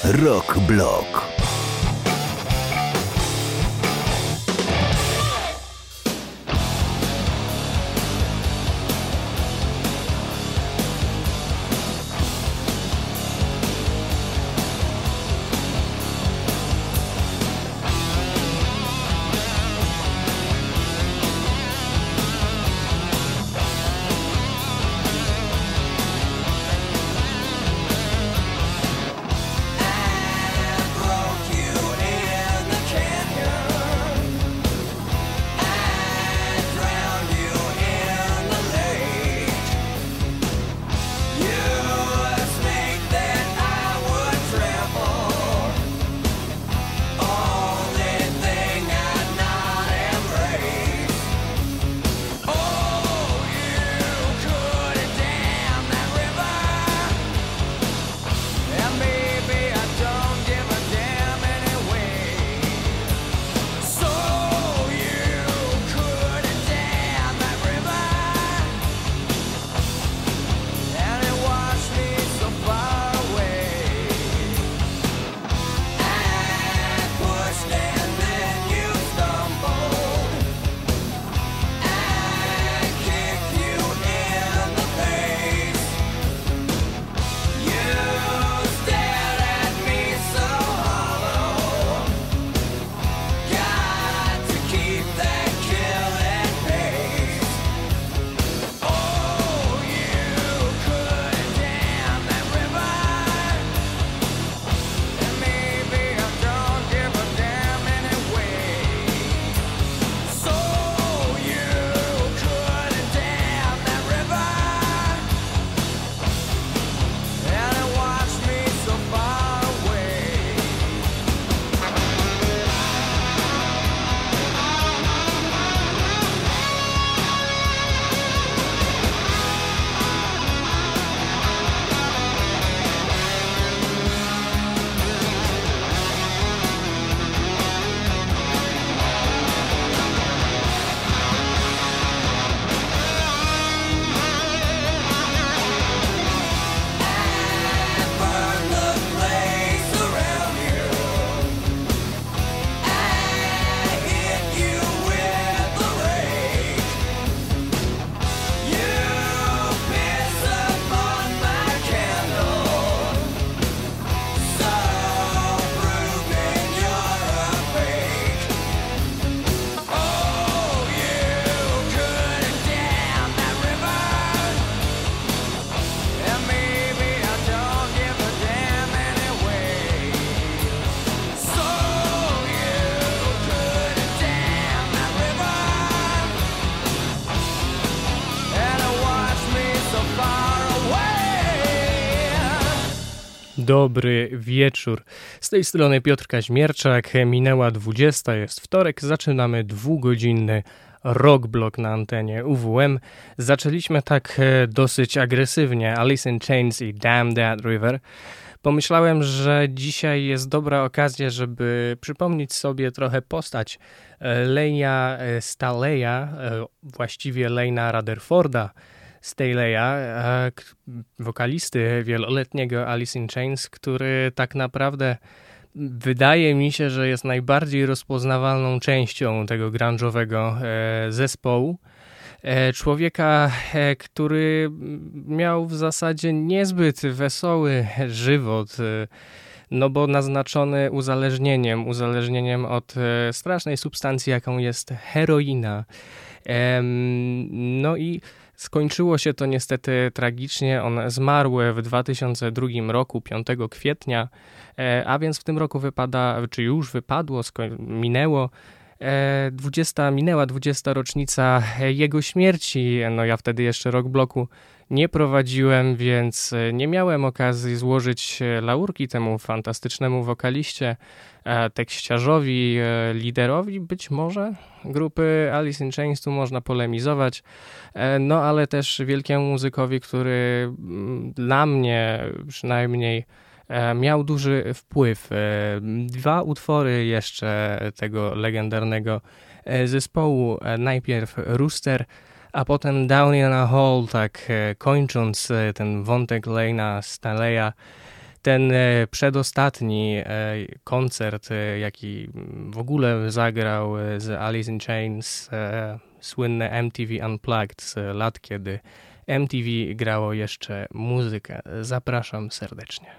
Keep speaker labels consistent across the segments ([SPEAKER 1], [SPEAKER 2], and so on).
[SPEAKER 1] Rock Block.
[SPEAKER 2] Dobry wieczór. Z tej strony Piotr Kaźmierczak. Minęła 20, jest wtorek. Zaczynamy 2-godzinny Rock Block na antenie UWM. Zaczęliśmy tak dosyć agresywnie. Alice in Chains i Damn That River. Pomyślałem, że dzisiaj jest dobra okazja, żeby przypomnieć sobie trochę postać Layna Staleya, właściwie Layna Rutherforda Staleya, wokalisty wieloletniego Alice in Chains, który tak naprawdę wydaje mi się, że jest najbardziej rozpoznawalną częścią tego grunge'owego zespołu. Człowieka, który miał w zasadzie niezbyt wesoły żywot, no bo naznaczony uzależnieniem od strasznej substancji, jaką jest heroina. No i skończyło się to niestety tragicznie. On zmarł w 2002 roku, 5 kwietnia, a więc w tym roku minęła 20 rocznica jego śmierci. No ja wtedy jeszcze Rock Blocku nie prowadziłem, więc nie miałem okazji złożyć laurki temu fantastycznemu wokaliście, tekściarzowi, liderowi być może grupy Alice in Chains, tu można polemizować, no ale też wielkiemu muzykowi, który dla mnie przynajmniej miał duży wpływ. 2 utwory jeszcze tego legendarnego zespołu. Najpierw Rooster, a potem Down in a Hole, tak kończąc ten wątek Layna Staleya. ten przedostatni koncert, jaki w ogóle zagrał z Alice in Chains, słynne MTV Unplugged z lat, kiedy MTV grało jeszcze muzykę. Zapraszam serdecznie.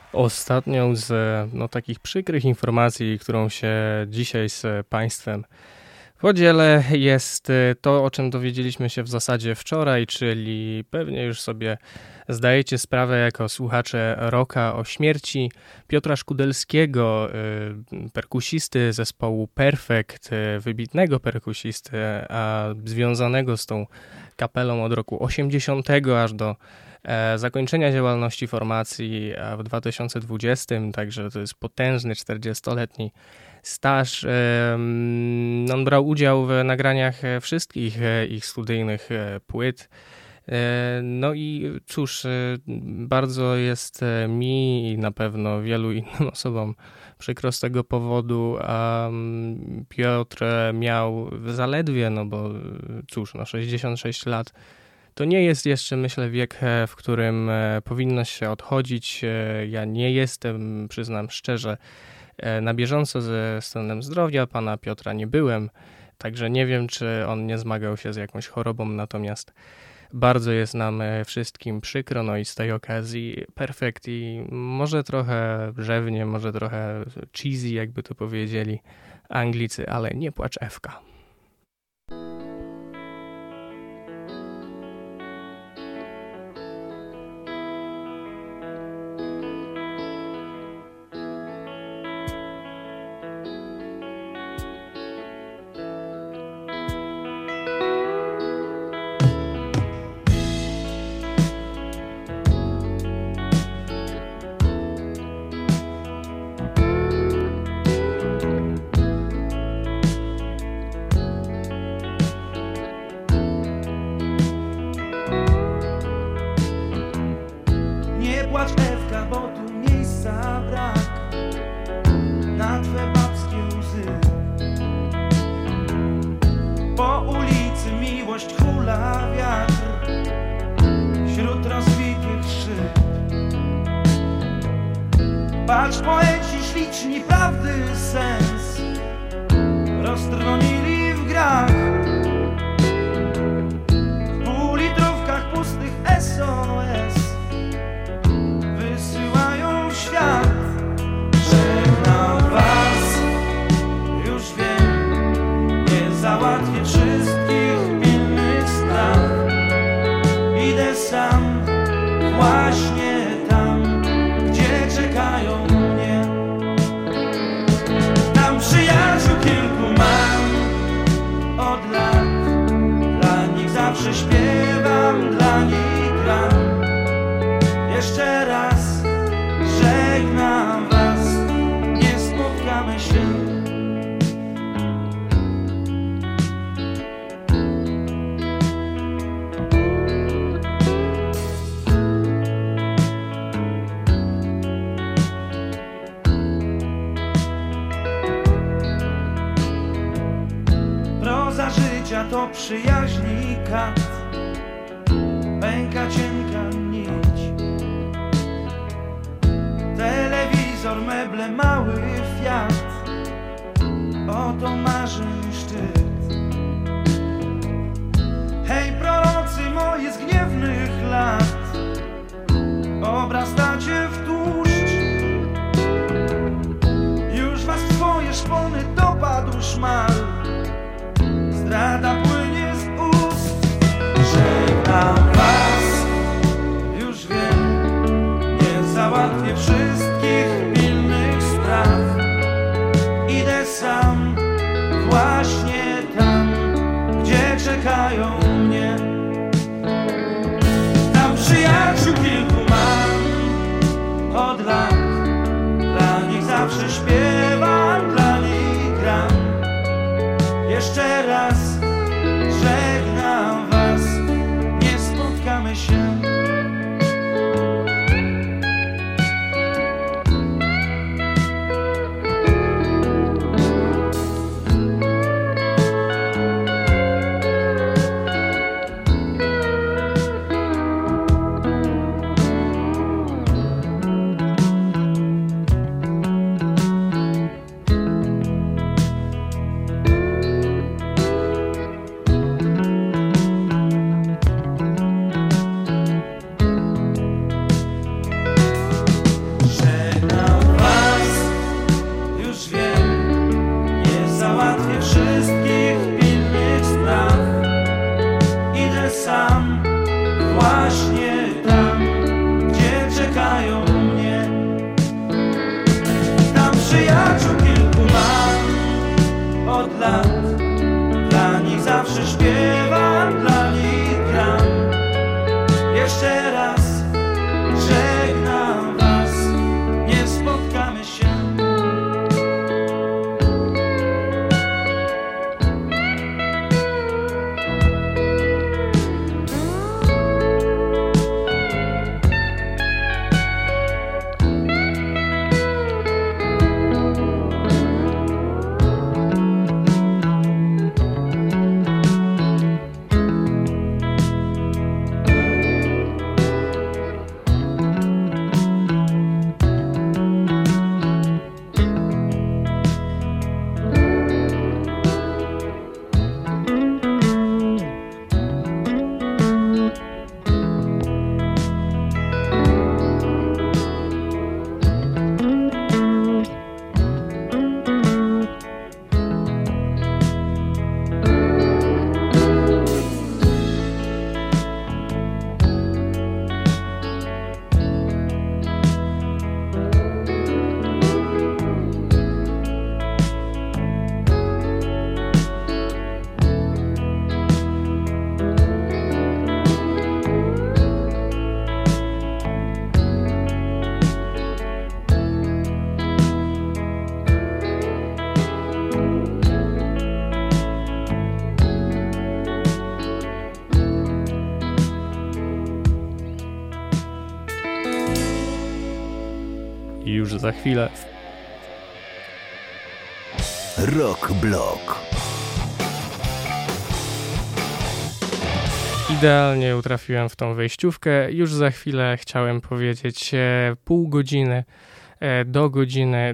[SPEAKER 2] Ostatnią z takich przykrych informacji, którą się dzisiaj z Państwem podzielę, jest to, o czym dowiedzieliśmy się w zasadzie wczoraj, czyli pewnie już sobie zdajecie sprawę jako słuchacze rocka o śmierci Piotra Szkudelskiego, perkusisty zespołu Perfekt, wybitnego perkusisty, a związanego z tą kapelą od roku 80 aż do zakończenia działalności formacji w 2020, także to jest potężny 40-letni staż. On brał udział w nagraniach wszystkich ich studyjnych płyt. No i cóż, bardzo jest mi i na pewno wielu innym osobom przykro z tego powodu, a Piotr miał zaledwie, bo cóż, 66 lat. To nie jest jeszcze, myślę, wiek, w którym powinno się odchodzić. Ja nie jestem, przyznam szczerze, na bieżąco ze stanem zdrowia pana Piotra nie byłem, także nie wiem, czy on nie zmagał się z jakąś chorobą, natomiast bardzo jest nam wszystkim przykro, no i z tej okazji Perfekt i może trochę rzewnie, może trochę cheesy, jakby to powiedzieli Anglicy, ale nie płacz Ewka.
[SPEAKER 1] Patrz, poeci śliczni prawdy sens roztrwonili w grach, w półlitrówkach pustych SOS wysyłają w świat. Żegnam was, już wiem, nie załatwię wszystkich pilnych spraw. Idę sam właśnie tam, gdzie czekają mnie. Tam przyjaciół kilku mam od lat, dla nich zawsze śpiewam, dla nich gram. Jeszcze raz żegnam was, nie spotkamy się. Proza życia to przyjaźni kat, pęka cienka nić. Telewizor, meble, mały Fiat, oto marzeń szczyt. Hej prorocy moi z gniewnych lat, obrastacie w tłuszcz. Już was w swoje szpony dopadł szmal, zdrada płynie z ust. Żegnam was, już wiem, nie załatwię wszystkich pilnych spraw. Idę sam właśnie tam, gdzie czekają mnie. Tam właśnie tam, gdzie czekają mnie. Tam przyjaciół kilku mam od lat, dla nich zawsze śpiewam, dla nich gram. Jeszcze raz żegnam was, nie spotkamy się.
[SPEAKER 2] I już za chwilę.
[SPEAKER 3] Rock Block.
[SPEAKER 2] Idealnie utrafiłem w tą wejściówkę. Już za chwilę chciałem powiedzieć pół godziny do godziny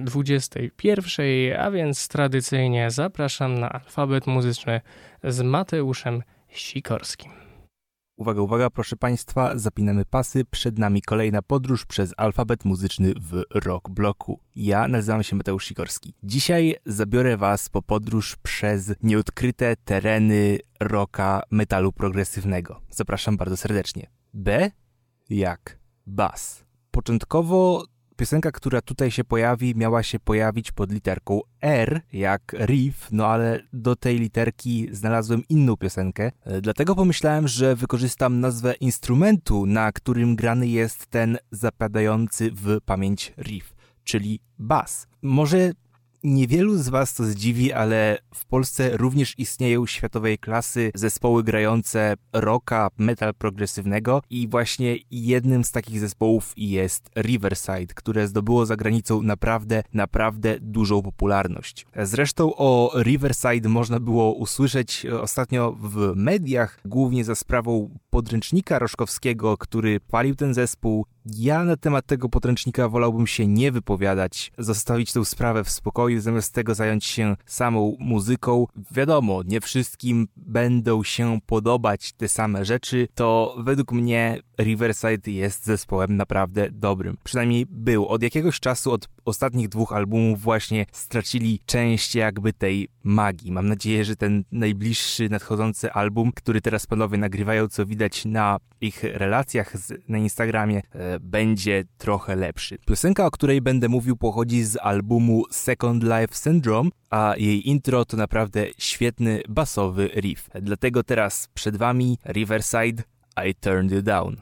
[SPEAKER 2] 21, a więc tradycyjnie zapraszam na alfabet muzyczny z Mateuszem Sikorskim.
[SPEAKER 3] Uwaga, uwaga, proszę Państwa, zapinamy pasy, przed nami kolejna podróż przez alfabet muzyczny w Rock Blocku. Ja nazywam się Mateusz Sikorski. Dzisiaj zabiorę Was po podróż przez nieodkryte tereny rocka metalu progresywnego. Zapraszam bardzo serdecznie. B jak bas. Początkowo piosenka, która tutaj się pojawi, miała się pojawić pod literką R, jak riff, no ale do tej literki znalazłem inną piosenkę. Dlatego pomyślałem, że wykorzystam nazwę instrumentu, na którym grany jest ten zapadający w pamięć riff, czyli bas. Może niewielu z Was to zdziwi, ale w Polsce również istnieją światowej klasy zespoły grające rocka, metal progresywnego i właśnie jednym z takich zespołów jest Riverside, które zdobyło za granicą naprawdę dużą popularność. Zresztą o Riverside można było usłyszeć ostatnio w mediach, głównie za sprawą podręcznika rockowskiego, który palił ten zespół. Ja na temat tego podręcznika wolałbym się nie wypowiadać, zostawić tę sprawę w spokoju, zamiast tego zająć się samą muzyką. Wiadomo, nie wszystkim będą się podobać te same rzeczy, to według mnie Riverside jest zespołem naprawdę dobrym. Przynajmniej był. Od jakiegoś czasu, od ostatnich 2 albumów właśnie stracili część jakby tej magii. Mam nadzieję, że ten najbliższy nadchodzący album, który teraz panowie nagrywają, co widać na ich relacjach na Instagramie, będzie trochę lepszy. Piosenka, o której będę mówił, pochodzi z albumu Second Life Syndrome, a jej intro to naprawdę świetny basowy riff. Dlatego teraz przed Wami Riverside, I Turned You Down.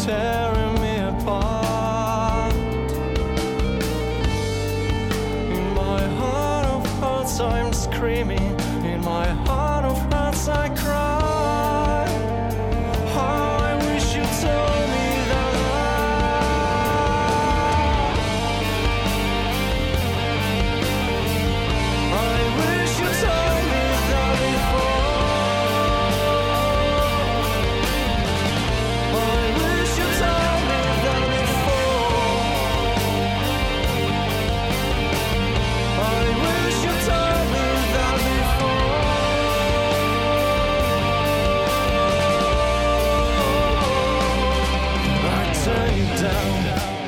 [SPEAKER 1] tearing me apart. In my heart of hearts I'm screaming, in my heart of hearts I cry. Oh, I wish you told me that I wish you told me that before. I wish you told me that before. I wish you told me that before. I turn you down.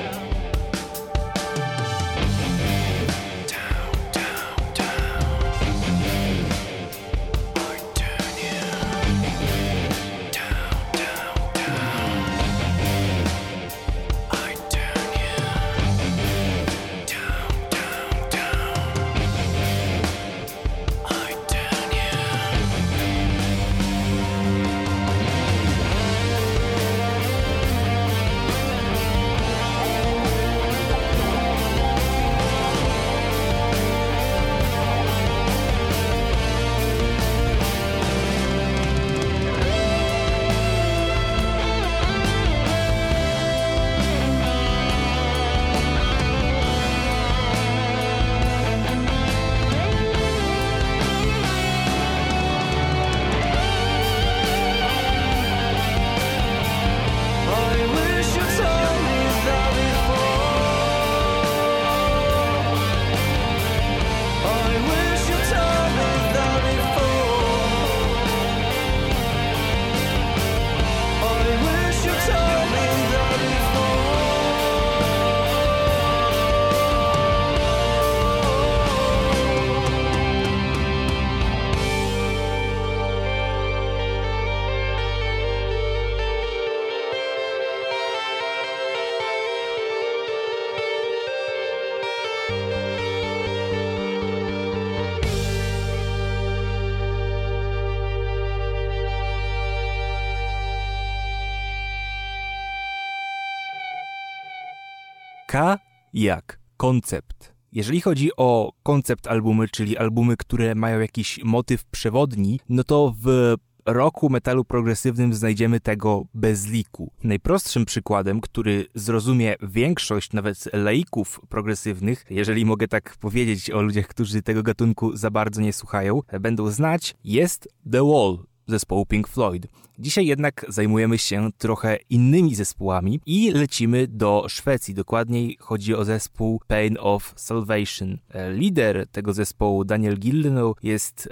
[SPEAKER 3] K jak koncept. Jeżeli chodzi o koncept albumy, czyli albumy, które mają jakiś motyw przewodni, no to w roku metalu progresywnym znajdziemy tego bez liku. Najprostszym przykładem, który zrozumie większość nawet laików progresywnych, jeżeli mogę tak powiedzieć o ludziach, którzy tego gatunku za bardzo nie słuchają, będą znać, jest The Wall zespołu Pink Floyd. Dzisiaj jednak zajmujemy się trochę innymi zespołami i lecimy do Szwecji. Dokładniej chodzi o zespół Pain of Salvation. Lider tego zespołu, Daniel Gildenau, jest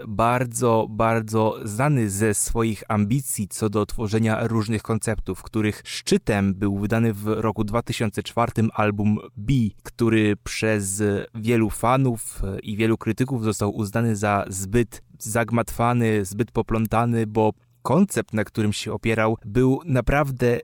[SPEAKER 3] bardzo znany ze swoich ambicji co do tworzenia różnych konceptów, których szczytem był wydany w roku 2004 album B, który przez wielu fanów i wielu krytyków został uznany za zbyt zagmatwany, zbyt poplątany, bo koncept, na którym się opierał, był naprawdę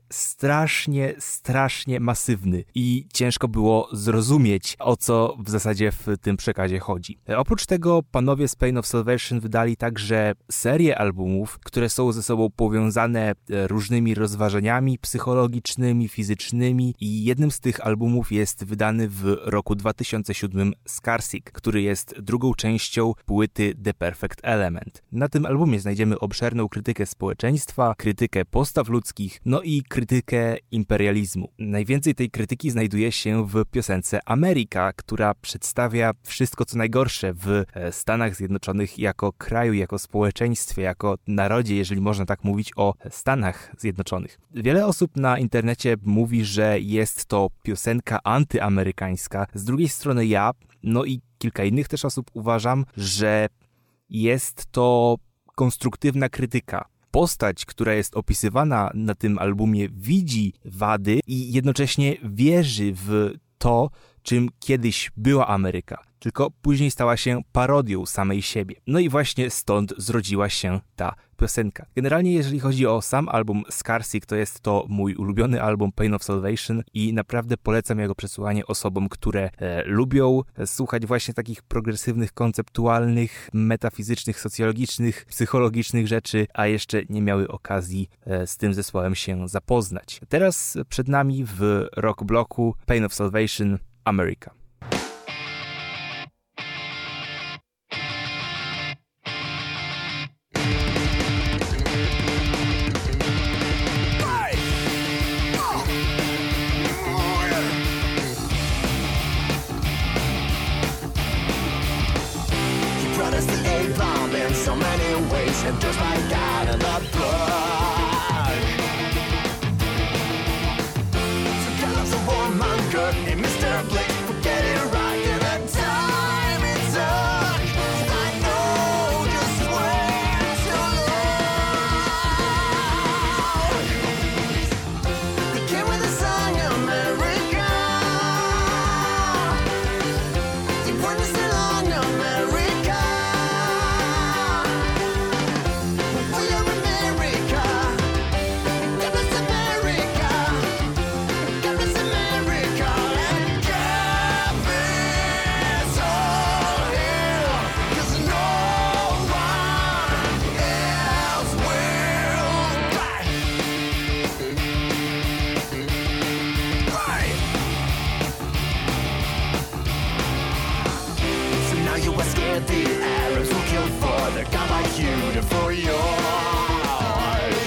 [SPEAKER 3] strasznie masywny i ciężko było zrozumieć, o co w zasadzie w tym przekazie chodzi. Oprócz tego panowie z Pain of Salvation wydali także serię albumów, które są ze sobą powiązane różnymi rozważaniami psychologicznymi, fizycznymi i jednym z tych albumów jest wydany w roku 2007 Scarsick, który jest drugą częścią płyty The Perfect Element. Na tym albumie znajdziemy obszerną krytykę społeczeństwa, krytykę postaw ludzkich, no i krytykę imperializmu. Najwięcej tej krytyki znajduje się w piosence America, która przedstawia wszystko co najgorsze w Stanach Zjednoczonych jako kraju, jako społeczeństwie, jako narodzie, jeżeli można tak mówić o Stanach Zjednoczonych. Wiele osób na internecie mówi, że jest to piosenka antyamerykańska. Z drugiej strony ja, no i kilka innych też osób uważam, że jest to konstruktywna krytyka. Postać, która jest opisywana na tym albumie, widzi wady i jednocześnie wierzy w to, czym kiedyś była Ameryka. tylko później stała się parodią samej siebie. No i właśnie stąd zrodziła się ta piosenka. Generalnie jeżeli chodzi o sam album Scarsy, to jest to mój ulubiony album Pain of Salvation i naprawdę polecam jego przesłuchanie osobom, które lubią słuchać właśnie takich progresywnych, konceptualnych, metafizycznych, socjologicznych, psychologicznych rzeczy, a jeszcze nie miały okazji z tym zespołem się zapoznać. Teraz przed nami w rock bloku Pain of Salvation, America.
[SPEAKER 1] So many ways, and just like God in the blood. So God's a warmonger, hey Mr. Blake, forget it right in the time it took. I know just where to look. They came with the song America. They wouldn't stay long, America. The Arabs will kill for their God like you and for yours.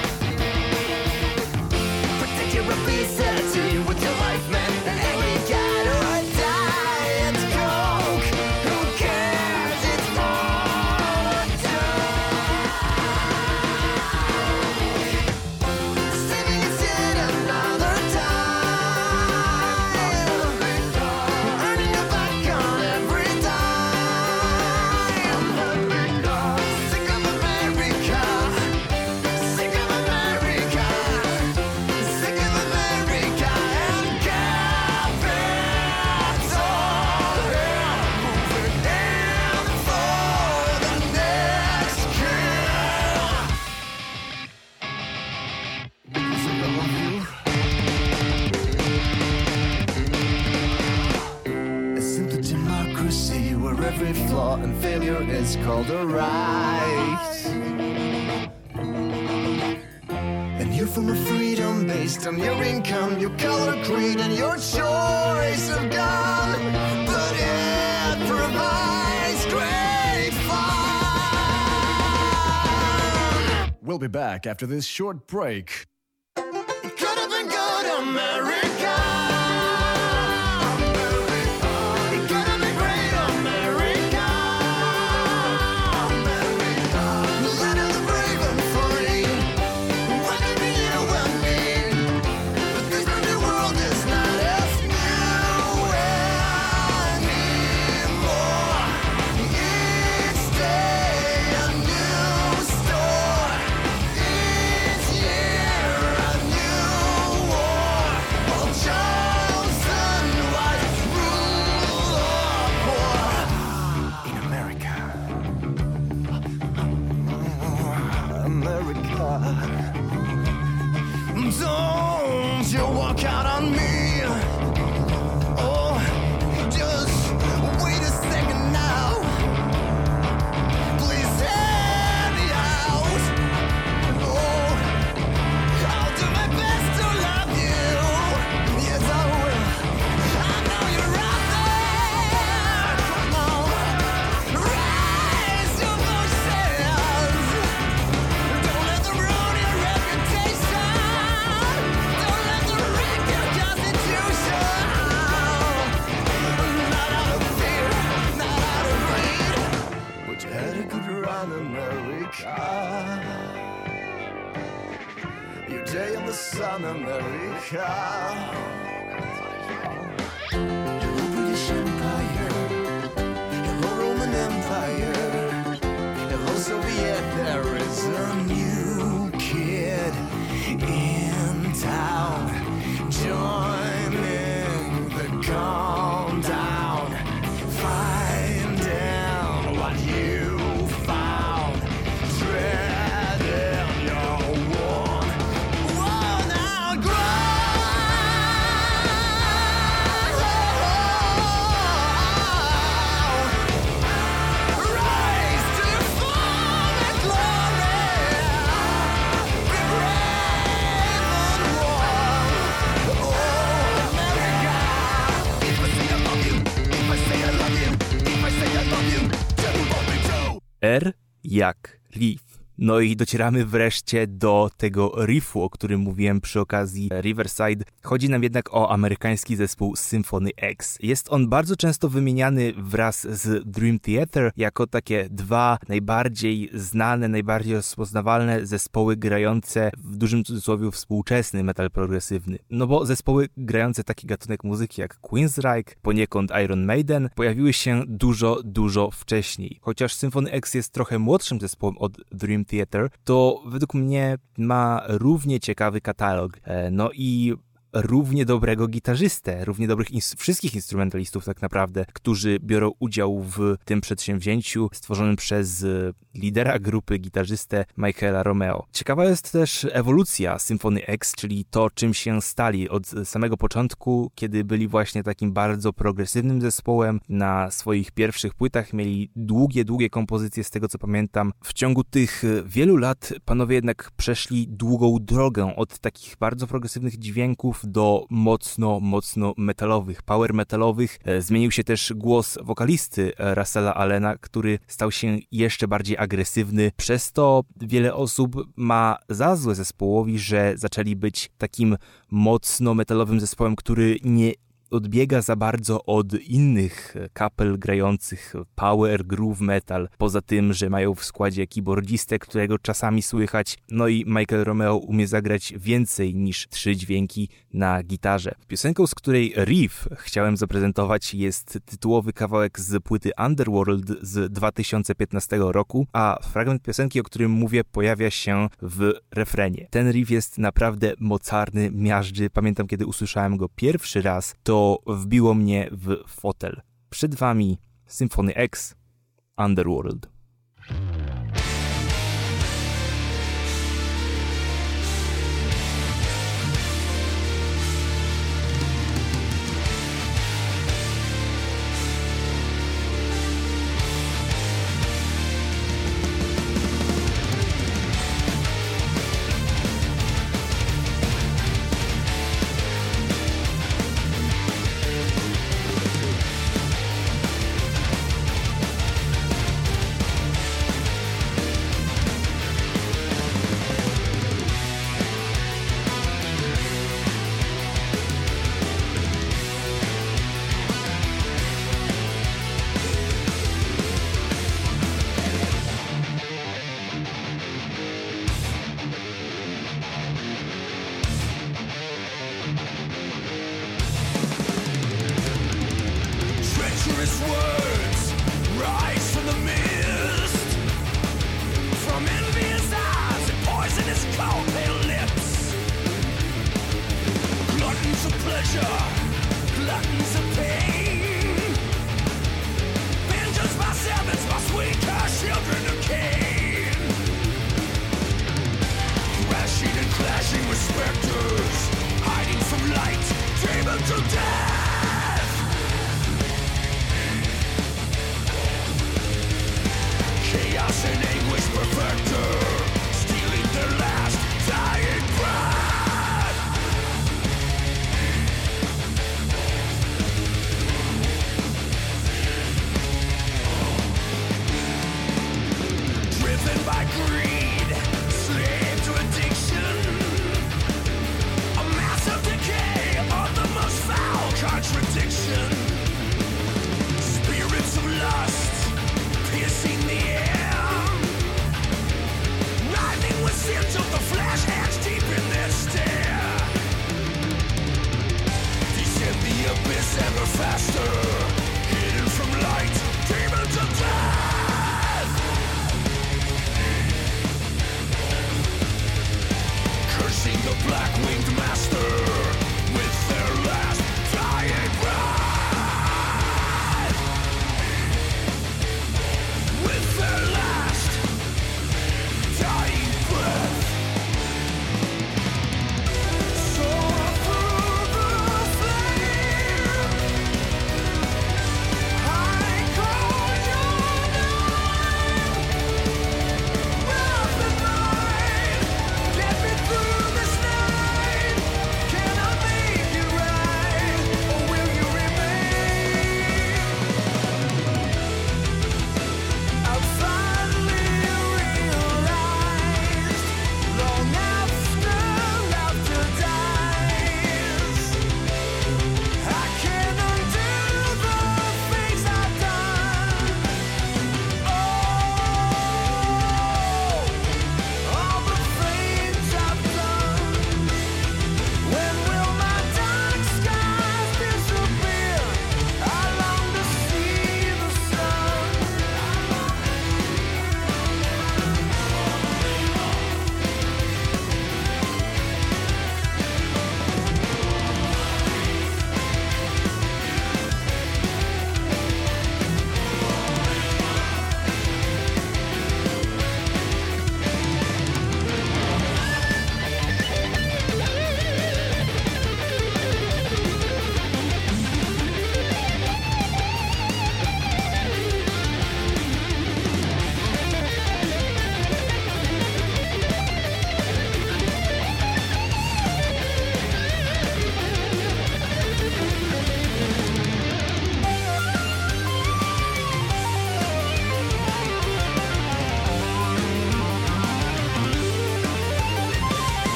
[SPEAKER 1] Protect your obesity with your life, man. And we gotta die. It's coke. Who cares? It's all done. Saving is yet another time. Earning a buck on every dime. Every flaw and failure is called a right. And you're full of freedom based on your income, your color, creed, and your choice of gun. But it provides great fun.
[SPEAKER 4] We'll be back after this short break.
[SPEAKER 1] It could have been good, America. Don't you walk out on me. Oh, just wait a second now. Please hear me out. Oh, I'll do my best to love you. Yes, I will. I know you're out there. Come on, raise your voices. Don't let them ruin your reputation. Don't let them wreck your constitution. Not out of fear, not out of greed, but you had a good run, America. Your day in the sun, America. Hello, British Empire. Hello, Roman Empire. Hello, Soviet. There is a new kid in town, joining the calm down.
[SPEAKER 3] R jak Leaf. No i docieramy wreszcie do tego riffu, o którym mówiłem przy okazji Riverside. Chodzi nam jednak o amerykański zespół Symphony X. Jest on bardzo często wymieniany wraz z Dream Theater jako takie dwa najbardziej znane, najbardziej rozpoznawalne zespoły grające w dużym cudzysłowie współczesny metal progresywny. No bo zespoły grające taki gatunek muzyki jak Queensryche, poniekąd Iron Maiden pojawiły się dużo wcześniej. Chociaż Symphony X jest trochę młodszym zespołem od Dream Theater, to według mnie ma równie ciekawy katalog. No i równie dobrego gitarzystę, równie dobrych wszystkich instrumentalistów tak naprawdę, którzy biorą udział w tym przedsięwzięciu stworzonym przez lidera grupy, gitarzystę Michaela Romeo. Ciekawa jest też ewolucja Symphony X, czyli to, czym się stali od samego początku, kiedy byli właśnie takim bardzo progresywnym zespołem. Na swoich pierwszych płytach mieli długie kompozycje, z tego co pamiętam. W ciągu tych wielu lat panowie jednak przeszli długą drogę od takich bardzo progresywnych dźwięków do mocno metalowych, power metalowych. Zmienił się też głos wokalisty Russella Allena, który stał się jeszcze bardziej agresywny. Przez to wiele osób ma za złe zespołowi, że zaczęli być takim mocno metalowym zespołem, który nie odbiega za bardzo od innych kapel grających power, groove metal, poza tym, że mają w składzie keyboardistę, którego czasami słychać, no i Michael Romeo umie zagrać więcej niż 3 dźwięki na gitarze. Piosenką, z której riff chciałem zaprezentować, jest tytułowy kawałek z płyty Underworld z 2015 roku, a fragment piosenki, o którym mówię, pojawia się w refrenie. Ten riff jest naprawdę mocarny, miażdży. Pamiętam, kiedy usłyszałem go pierwszy raz, to wbiło mnie w fotel. Przed wami Symphony X, Underworld.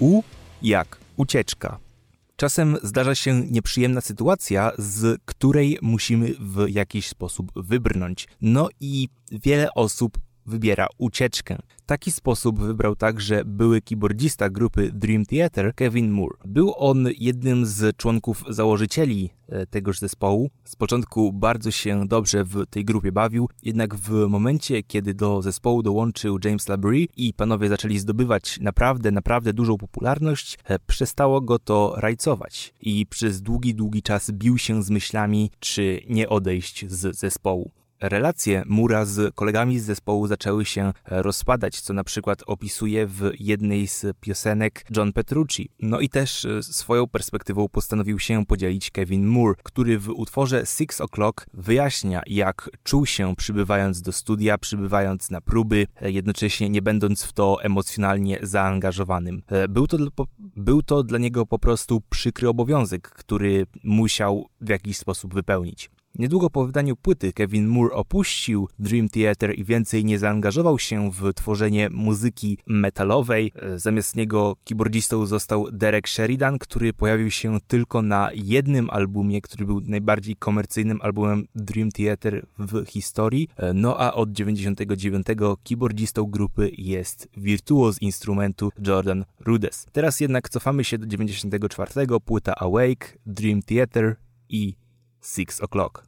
[SPEAKER 3] jak ucieczka. Czasem zdarza się nieprzyjemna sytuacja, z której musimy w jakiś sposób wybrnąć. No i wiele osób wybiera ucieczkę. Taki sposób wybrał także były keyboardzista grupy Dream Theater Kevin Moore. Był on jednym z członków założycieli tegoż zespołu. Z początku bardzo się dobrze w tej grupie bawił, jednak w momencie, kiedy do zespołu dołączył James LaBrie i panowie zaczęli zdobywać naprawdę dużą popularność, przestało go to rajcować i przez długi czas bił się z myślami, czy nie odejść z zespołu. Relacje Moore'a z kolegami z zespołu zaczęły się rozpadać, co na przykład opisuje w jednej z piosenek John Petrucci. No i też swoją perspektywą postanowił się podzielić Kevin Moore, który w utworze 6 O'Clock wyjaśnia, jak czuł się przybywając do studia, przybywając na próby, jednocześnie nie będąc w to emocjonalnie zaangażowanym. Był to dla niego po prostu przykry obowiązek, który musiał w jakiś sposób wypełnić. Niedługo po wydaniu płyty Kevin Moore opuścił Dream Theater i więcej nie zaangażował się w tworzenie muzyki metalowej. Zamiast niego keyboardzistą został Derek Sheridan, który pojawił się tylko na jednym albumie, który był najbardziej komercyjnym albumem Dream Theater w historii. No a od 99 keyboardzistą grupy jest wirtuoz instrumentu Jordan Rudess. Teraz jednak cofamy się do 94, płyta Awake, Dream Theater i 6 O'Clock.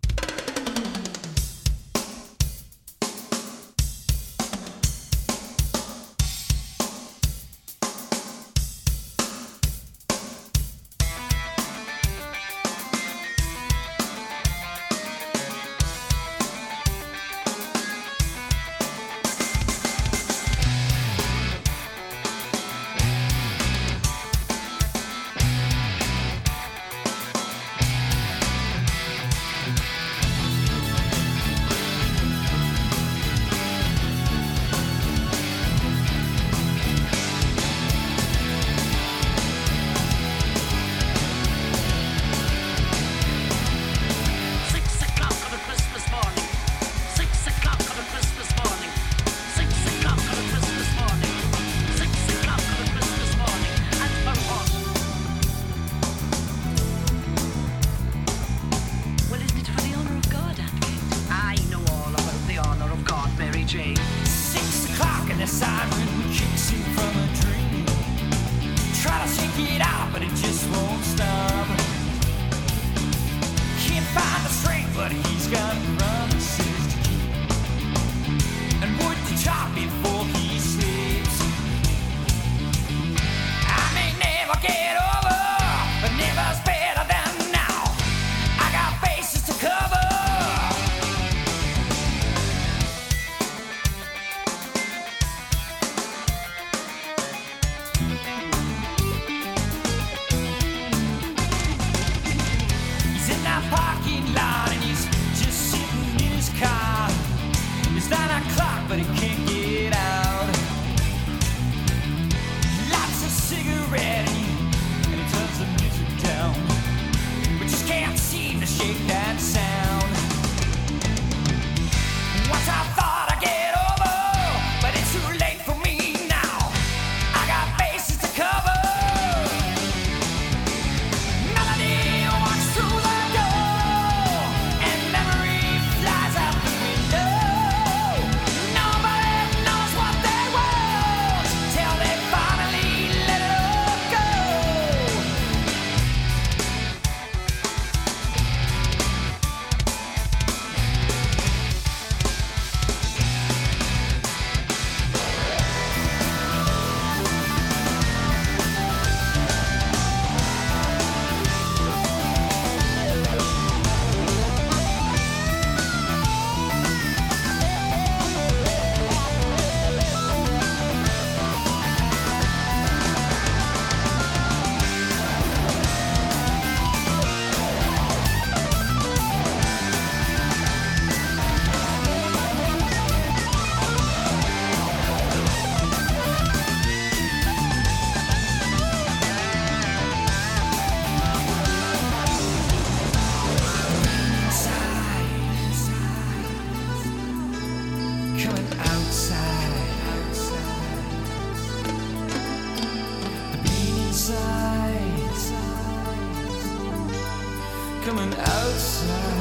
[SPEAKER 1] coming outside.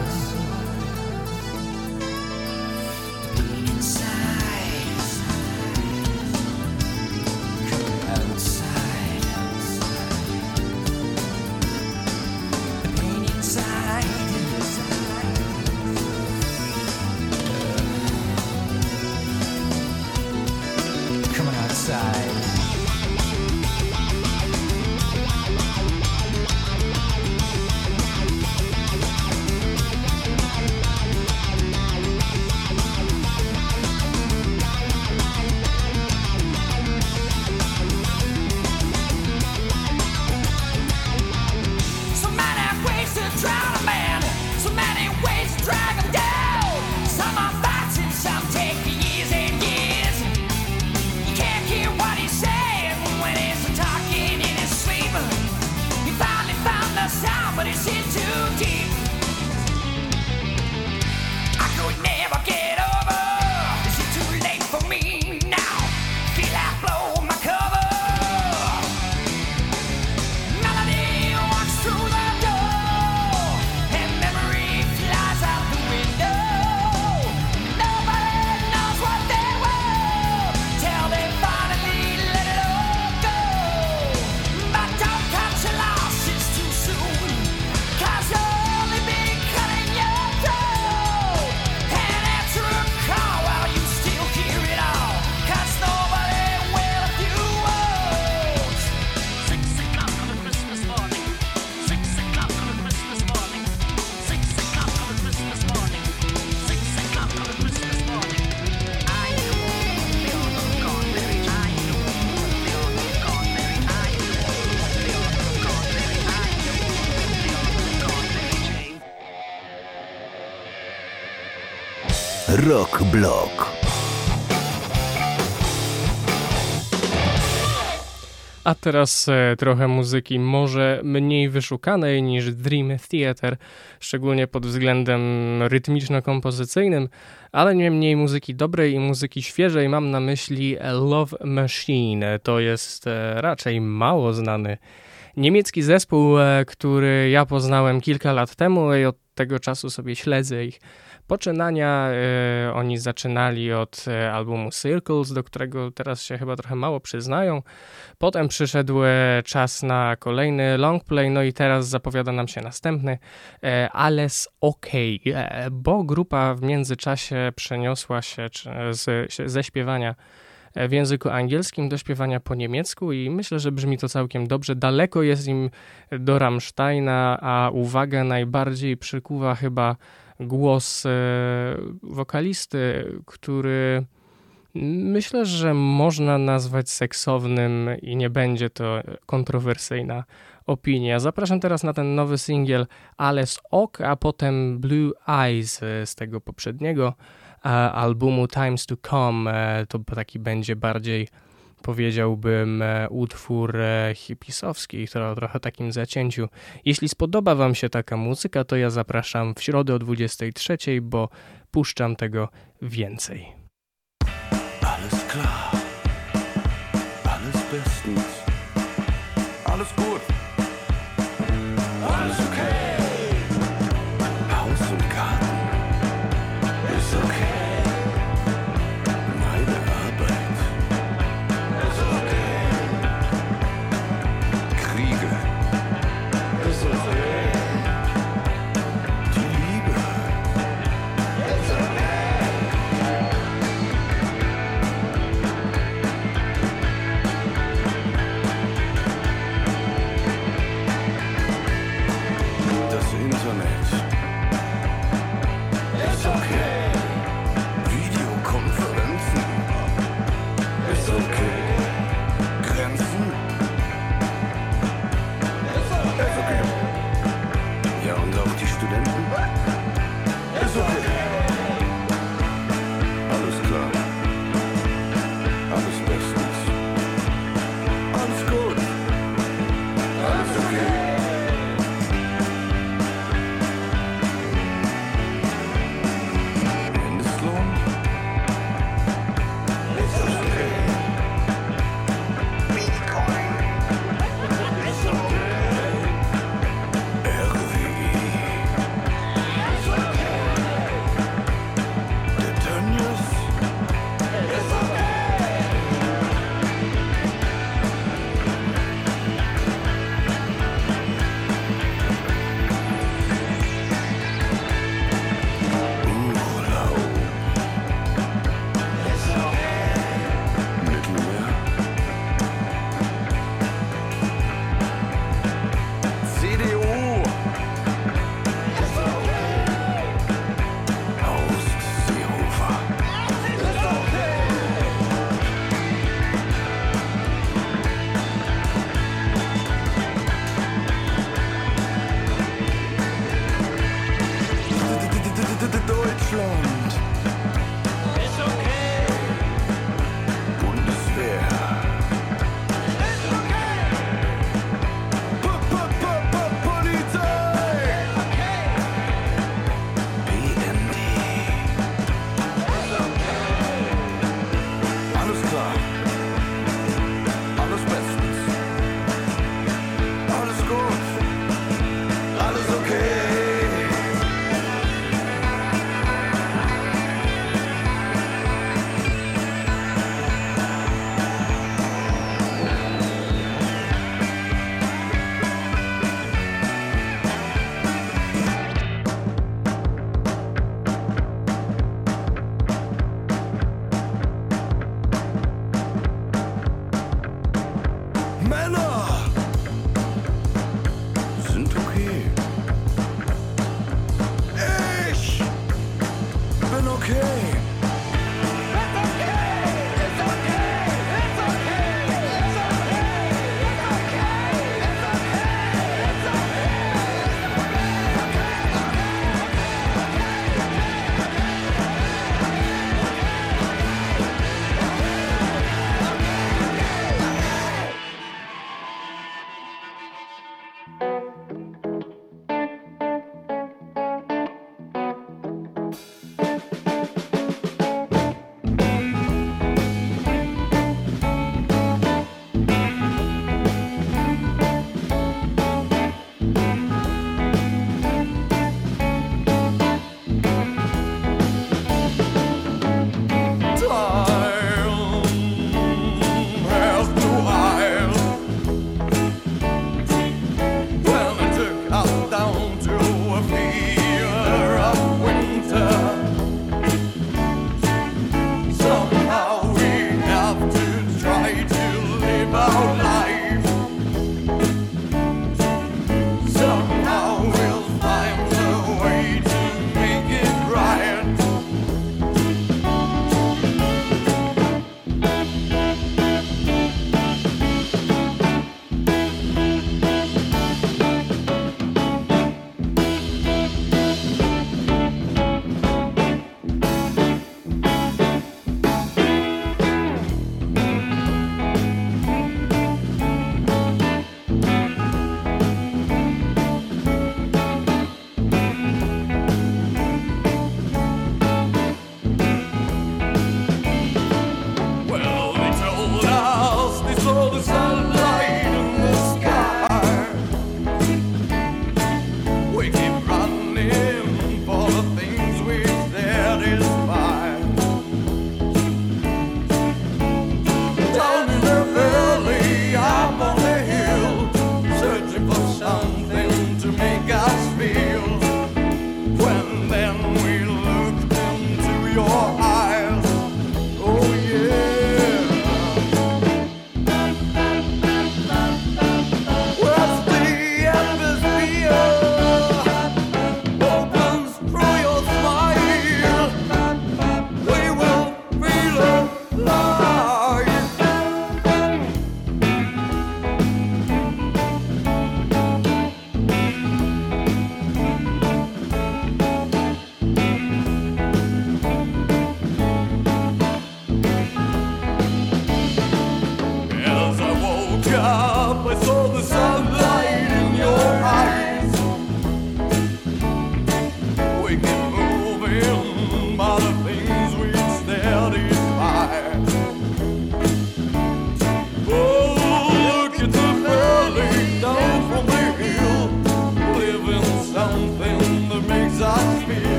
[SPEAKER 1] The pain inside, coming outside. The pain inside, coming outside.
[SPEAKER 5] Rock Block.
[SPEAKER 2] A teraz trochę muzyki może mniej wyszukanej niż Dream Theater, szczególnie pod względem rytmiczno-kompozycyjnym, ale nie mniej muzyki dobrej i muzyki świeżej. Mam na myśli Love Machine. To jest raczej mało znany niemiecki zespół, który ja poznałem kilka lat temu i od tego czasu sobie śledzę ich poczynania. Oni zaczynali od albumu Circles, do którego teraz się chyba trochę mało przyznają. Potem przyszedł czas na kolejny longplay, no i teraz zapowiada nam się następny Alles Okej, bo grupa w międzyczasie przeniosła się ze śpiewania w języku angielskim do śpiewania po niemiecku i myślę, że brzmi to całkiem dobrze. Daleko jest im do Rammsteina, a uwagę najbardziej przykuwa chyba głos wokalisty, który myślę, że można nazwać seksownym i nie będzie to kontrowersyjna opinia. Zapraszam teraz na ten nowy singiel Alles Ok, a potem Blue Eyes z tego poprzedniego albumu Times to Come. To taki będzie bardziej, powiedziałbym, utwór hipisowski, o trochę takim zacięciu. Jeśli spodoba wam się taka muzyka, to ja zapraszam w środę o 23, bo puszczam tego więcej.
[SPEAKER 6] Alles klar, alles bestens, alles gut, alles okay. Haus und Garten ist okay. Meine Arbeit ist okay. Kriege ist okay. Die Liebe ist okay. doing okay.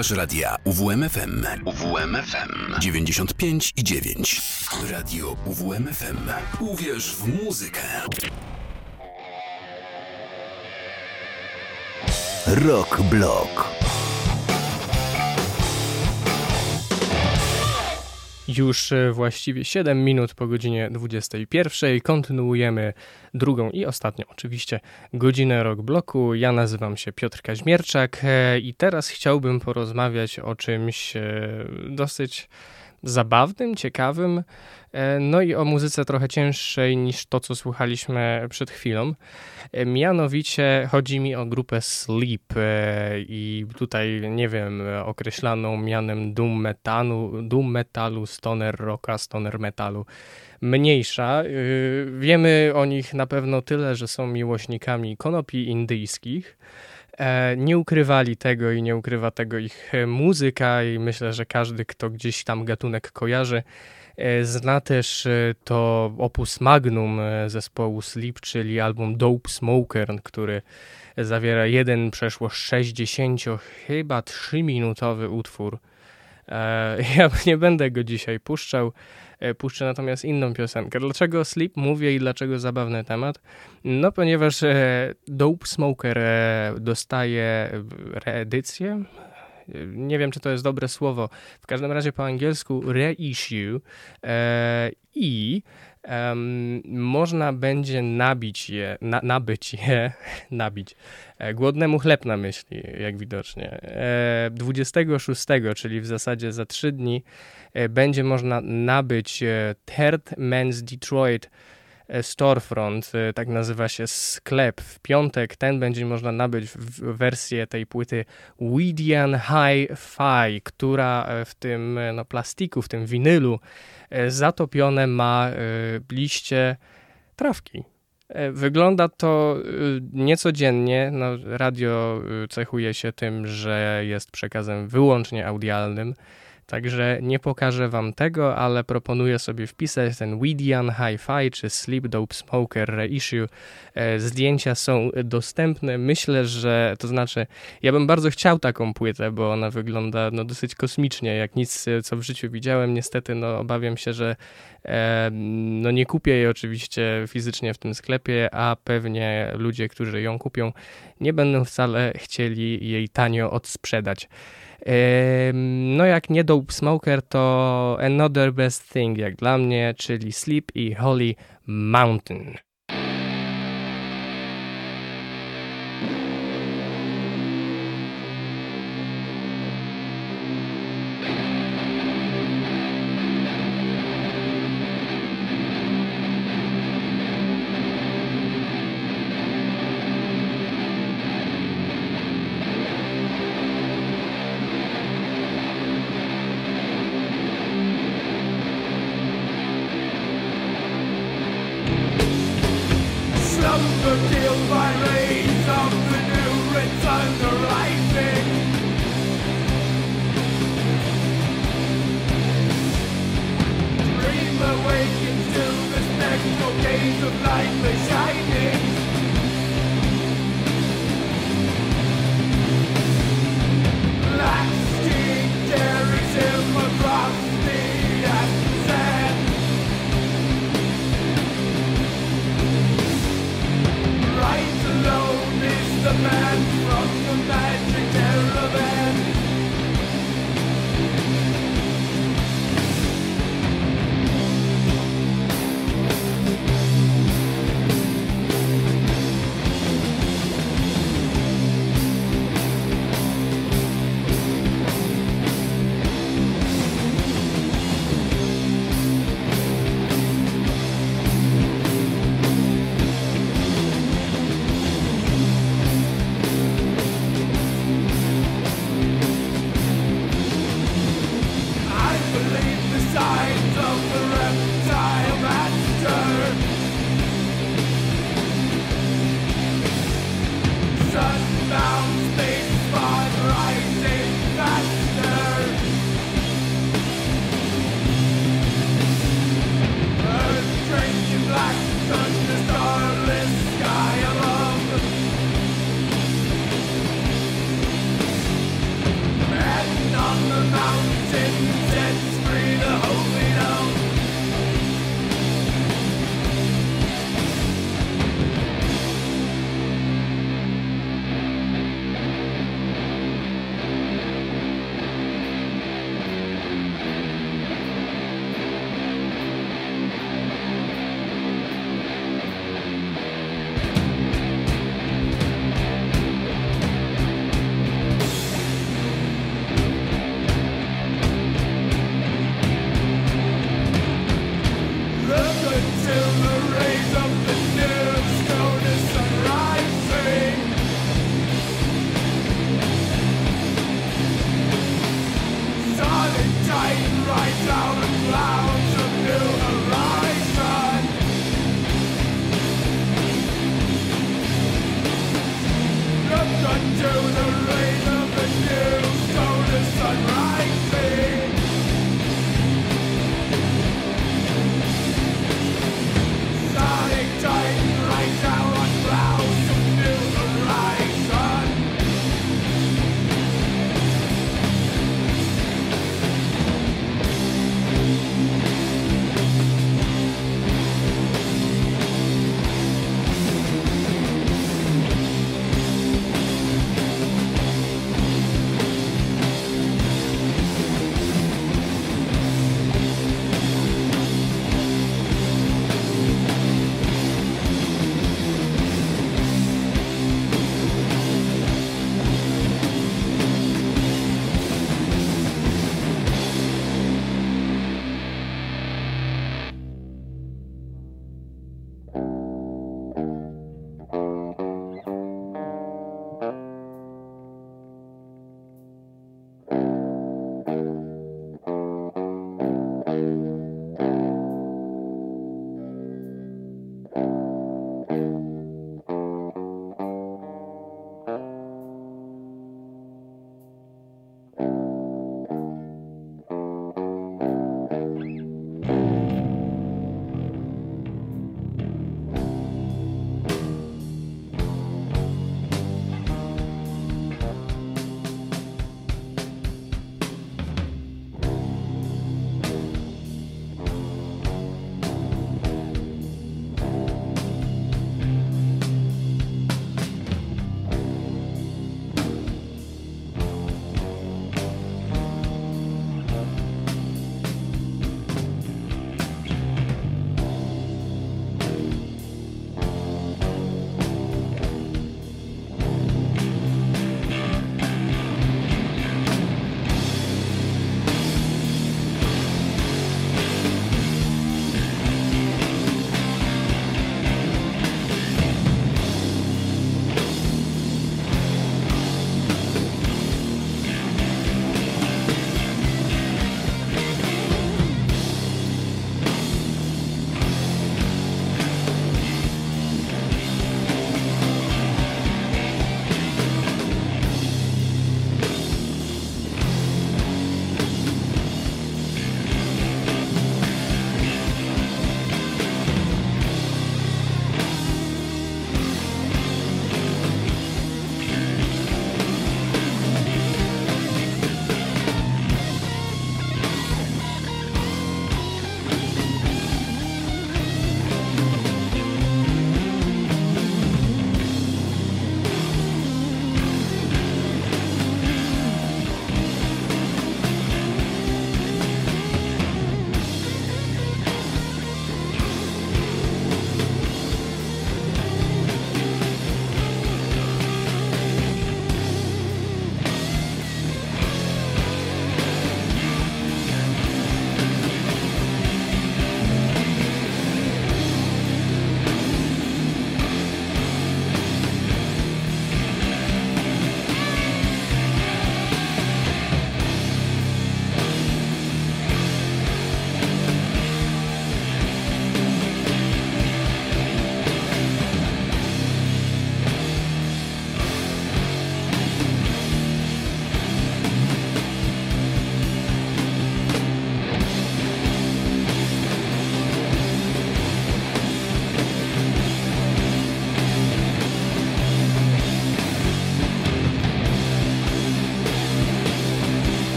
[SPEAKER 5] Słuchasz radia UWMFM. UWMFM 95,9. Radio UWMFM. Uwierz w muzykę. Rock Block.
[SPEAKER 2] Już właściwie 7 minut po godzinie 21. Kontynuujemy drugą i ostatnią oczywiście godzinę Rock Blocku. Ja nazywam się Piotr Kaźmierczak i teraz chciałbym porozmawiać o czymś dosyć zabawnym, ciekawym, no i o muzyce trochę cięższej niż to, co słuchaliśmy przed chwilą. Mianowicie chodzi mi o grupę Sleep i tutaj, nie wiem, określaną mianem doom metalu, stoner rocka, stoner metalu. Mniejsza. Wiemy o nich na pewno tyle, że są miłośnikami konopi indyjskich. Nie ukrywali tego i nie ukrywa tego ich muzyka i myślę, że każdy, kto gdzieś tam gatunek kojarzy, zna też to opus magnum zespołu Sleep, czyli album Dope Smoker, który zawiera jeden przeszło 60, chyba 3-minutowy utwór. Ja nie będę go dzisiaj puszczał, puszczę natomiast inną piosenkę. Dlaczego Sleep mówię i dlaczego zabawny temat? No ponieważ Dope Smoker dostaje reedycję. Nie wiem, czy to jest dobre słowo. W każdym razie po angielsku reissue i można będzie nabyć. Głodnemu chleb na myśli, jak widocznie. 26, czyli w zasadzie za 3 dni, będzie można nabyć Third Man's Detroit Storefront, tak nazywa się sklep. W piątek ten będzie można nabyć wersję tej płyty Weedian Hi-Fi, która w tym plastiku, w tym winylu zatopione ma liście trawki. Wygląda to niecodziennie. Radio cechuje się tym, że jest przekazem wyłącznie audialnym. Także nie pokażę wam tego, ale proponuję sobie wpisać ten Weedian Hi-Fi czy Sleep Dope Smoker Reissue. Zdjęcia są dostępne. Myślę, że ja bym bardzo chciał taką płytę, bo ona wygląda dosyć kosmicznie, jak nic, co w życiu widziałem. Niestety obawiam się, że nie kupię jej oczywiście fizycznie w tym sklepie, a pewnie ludzie, którzy ją kupią, nie będą wcale chcieli jej tanio odsprzedać. Jak nie Dope Smoker, to Another Best Thing jak dla mnie, czyli Sleep i Holy Mountain.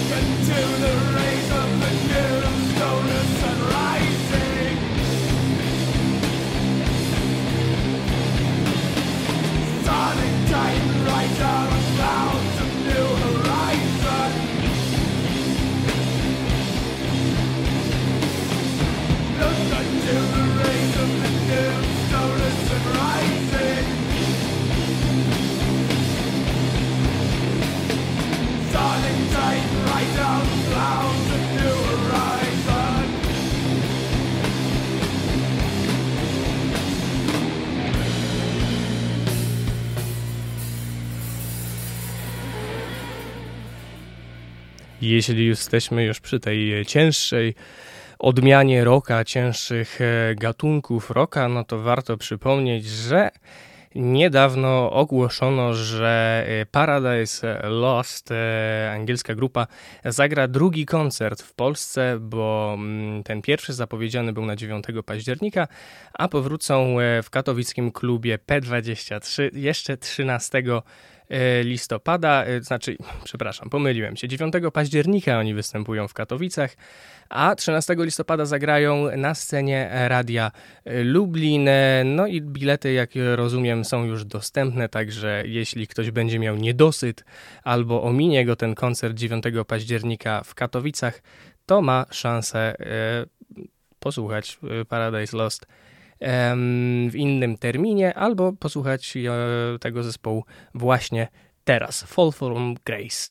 [SPEAKER 2] Jeśli jesteśmy już przy tej cięższej odmianie rocka, cięższych gatunków rocka, no to warto przypomnieć, że niedawno ogłoszono, że Paradise Lost, angielska grupa, zagra drugi koncert w Polsce, bo ten pierwszy zapowiedziany był na 9 października, a powrócą w katowickim klubie P23 jeszcze 13 listopada, pomyliłem się, 9 października oni występują w Katowicach, a 13 listopada zagrają na scenie Radia Lublin. No i bilety, jak rozumiem, są już dostępne, także jeśli ktoś będzie miał niedosyt albo ominie go ten koncert 9 października w Katowicach, to ma szansę posłuchać Paradise Lost w innym terminie, albo posłuchać tego zespołu właśnie teraz. Fall from Grace.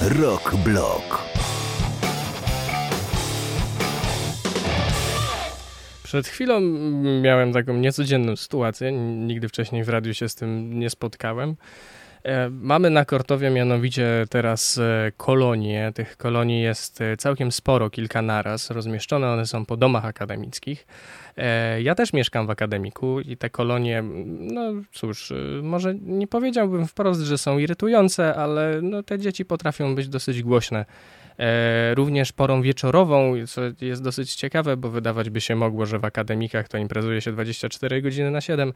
[SPEAKER 5] Rock Block.
[SPEAKER 2] Przed chwilą miałem taką niecodzienną sytuację, nigdy wcześniej w radiu się z tym nie spotkałem. Mamy na Kortowie mianowicie teraz kolonie. Tych kolonii jest całkiem sporo, kilka naraz. Rozmieszczone one są po domach akademickich. Ja też mieszkam w akademiku i te kolonie, no cóż, może nie powiedziałbym wprost, że są irytujące, ale no, te dzieci potrafią być dosyć głośne. Również porą wieczorową, co jest dosyć ciekawe, bo wydawać by się mogło, że w akademikach to imprezuje się 24 godziny na 7.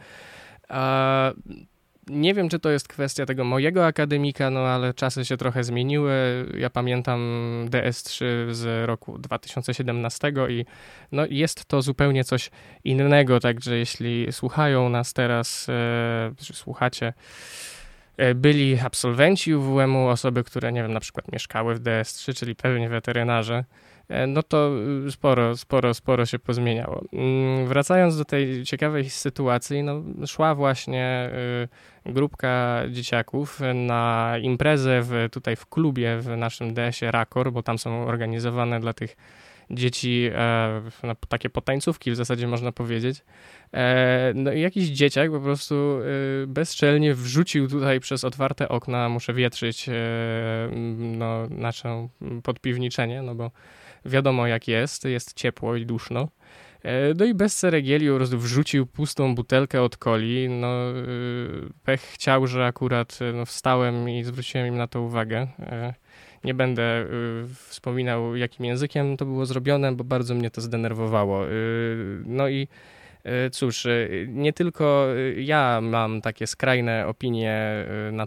[SPEAKER 2] Nie wiem, czy to jest kwestia tego mojego akademika, no ale czasy się trochę zmieniły. Ja pamiętam DS3 z roku 2017 i no jest to zupełnie coś innego, także jeśli słuchają nas teraz, czy słuchacie, byli absolwenci UWM-u, osoby, które, nie wiem, na przykład mieszkały w DS3, czyli pewnie weterynarze, no to sporo się pozmieniało. Wracając do tej ciekawej sytuacji, no szła właśnie grupka dzieciaków na imprezę tutaj w klubie w naszym DS-ie Rakor, bo tam są organizowane dla tych dzieci takie potańcówki w zasadzie można powiedzieć. No i jakiś dzieciak po prostu bezczelnie wrzucił tutaj przez otwarte okna, muszę wietrzyć no, nasze podpiwniczenie, no bo wiadomo jak jest ciepło i duszno. No i bez ceregieli po prostu wrzucił pustą butelkę od coli. No, pech chciał, że akurat no, wstałem i zwróciłem im na to uwagę. Nie będę wspominał, jakim językiem to było zrobione, bo bardzo mnie to zdenerwowało. No i cóż, nie tylko ja mam takie skrajne opinie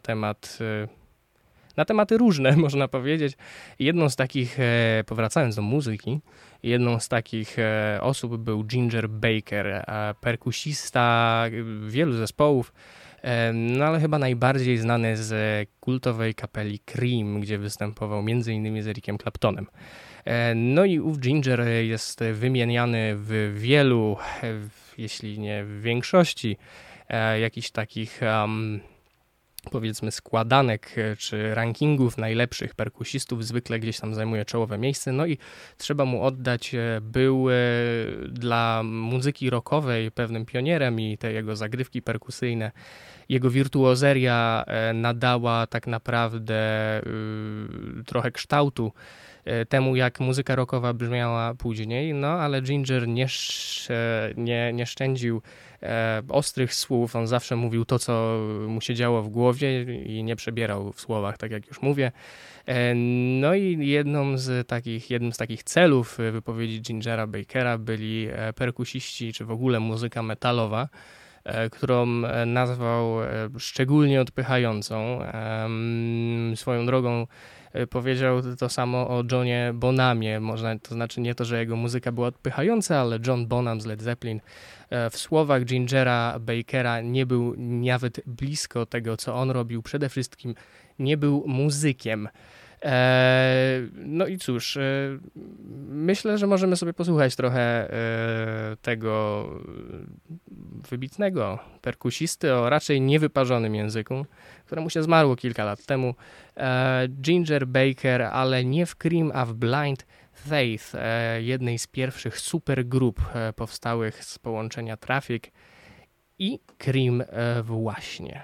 [SPEAKER 2] na tematy różne, można powiedzieć. Jedną z takich, powracając do muzyki, jedną z takich osób był Ginger Baker, perkusista wielu zespołów, no ale chyba najbardziej znany z kultowej kapeli Cream, gdzie występował m.in. z Ericiem Claptonem. No i ów Ginger jest wymieniany w wielu, jeśli nie w większości, jakichś takich powiedzmy składanek czy rankingów najlepszych perkusistów, zwykle gdzieś tam zajmuje czołowe miejsce, no i trzeba mu oddać, był dla muzyki rockowej pewnym pionierem i te jego zagrywki perkusyjne, jego wirtuozeria nadała tak naprawdę trochę kształtu temu, jak muzyka rockowa brzmiała później, no ale Ginger nie szczędził ostrych słów, on zawsze mówił to, co mu się działo w głowie i nie przebierał w słowach, tak jak już mówię. No i jednym z takich celów wypowiedzi Gingera Bakera byli perkusiści, czy w ogóle muzyka metalowa, którą nazwał szczególnie odpychającą. Swoją drogą powiedział to samo o Johnie Bonhamie, to znaczy nie to, że jego muzyka była odpychająca, ale John Bonham z Led Zeppelin w słowach Gingera Bakera nie był nawet blisko tego, co on robił. Przede wszystkim nie był muzykiem. No i cóż, myślę, że możemy sobie posłuchać trochę tego wybitnego perkusisty o raczej niewyparzonym języku, któremu się zmarło kilka lat temu. Ginger Baker, ale nie w Cream, a w Blind Faith, jednej z pierwszych supergrup powstałych z połączenia Traffic i Cream właśnie.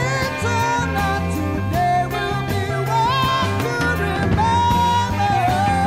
[SPEAKER 7] Today will be one to remember.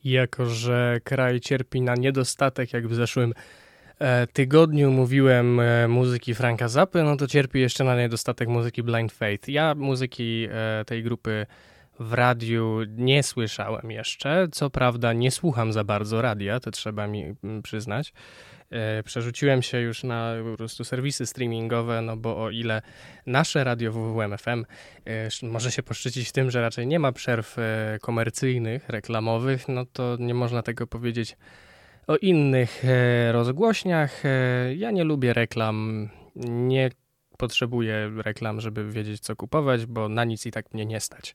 [SPEAKER 2] Jako że kraj cierpi na niedostatek, jak w zeszłym tygodniu mówiłem muzyki Franka Zappy, no to cierpi jeszcze na niedostatek muzyki Blind Faith. Ja muzyki tej grupy w radiu nie słyszałem jeszcze, co prawda nie słucham za bardzo radia, to trzeba mi przyznać. Przerzuciłem się już na po prostu serwisy streamingowe, no bo o ile nasze radio WWMFM może się poszczycić tym, że raczej nie ma przerw komercyjnych, reklamowych, no to nie można tego powiedzieć o innych rozgłośniach. Ja nie lubię reklam, nie potrzebuję reklam, żeby wiedzieć, co kupować, bo na nic i tak mnie nie stać.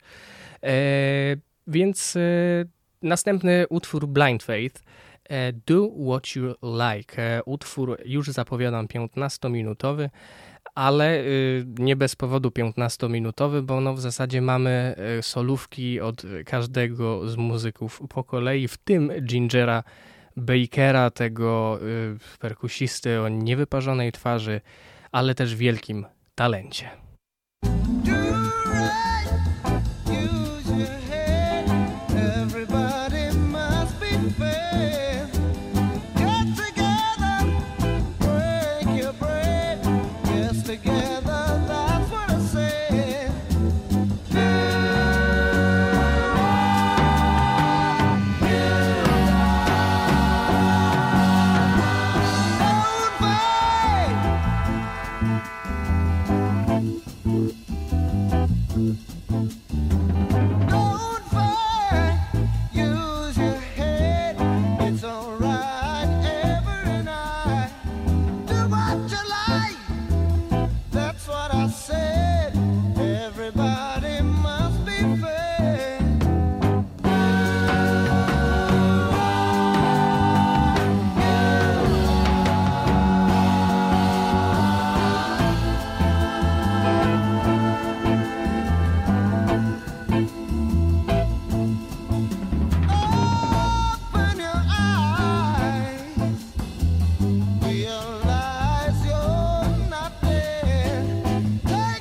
[SPEAKER 2] Więc następny utwór Blind Faith, Do What You Like. Utwór już zapowiadam 15-minutowy, ale nie bez powodu 15-minutowy, bo no w zasadzie mamy solówki od każdego z muzyków po kolei, w tym Gingera Bakera, tego perkusisty o niewyparzonej twarzy, ale też wielkim talencie.
[SPEAKER 7] Realize you're not there.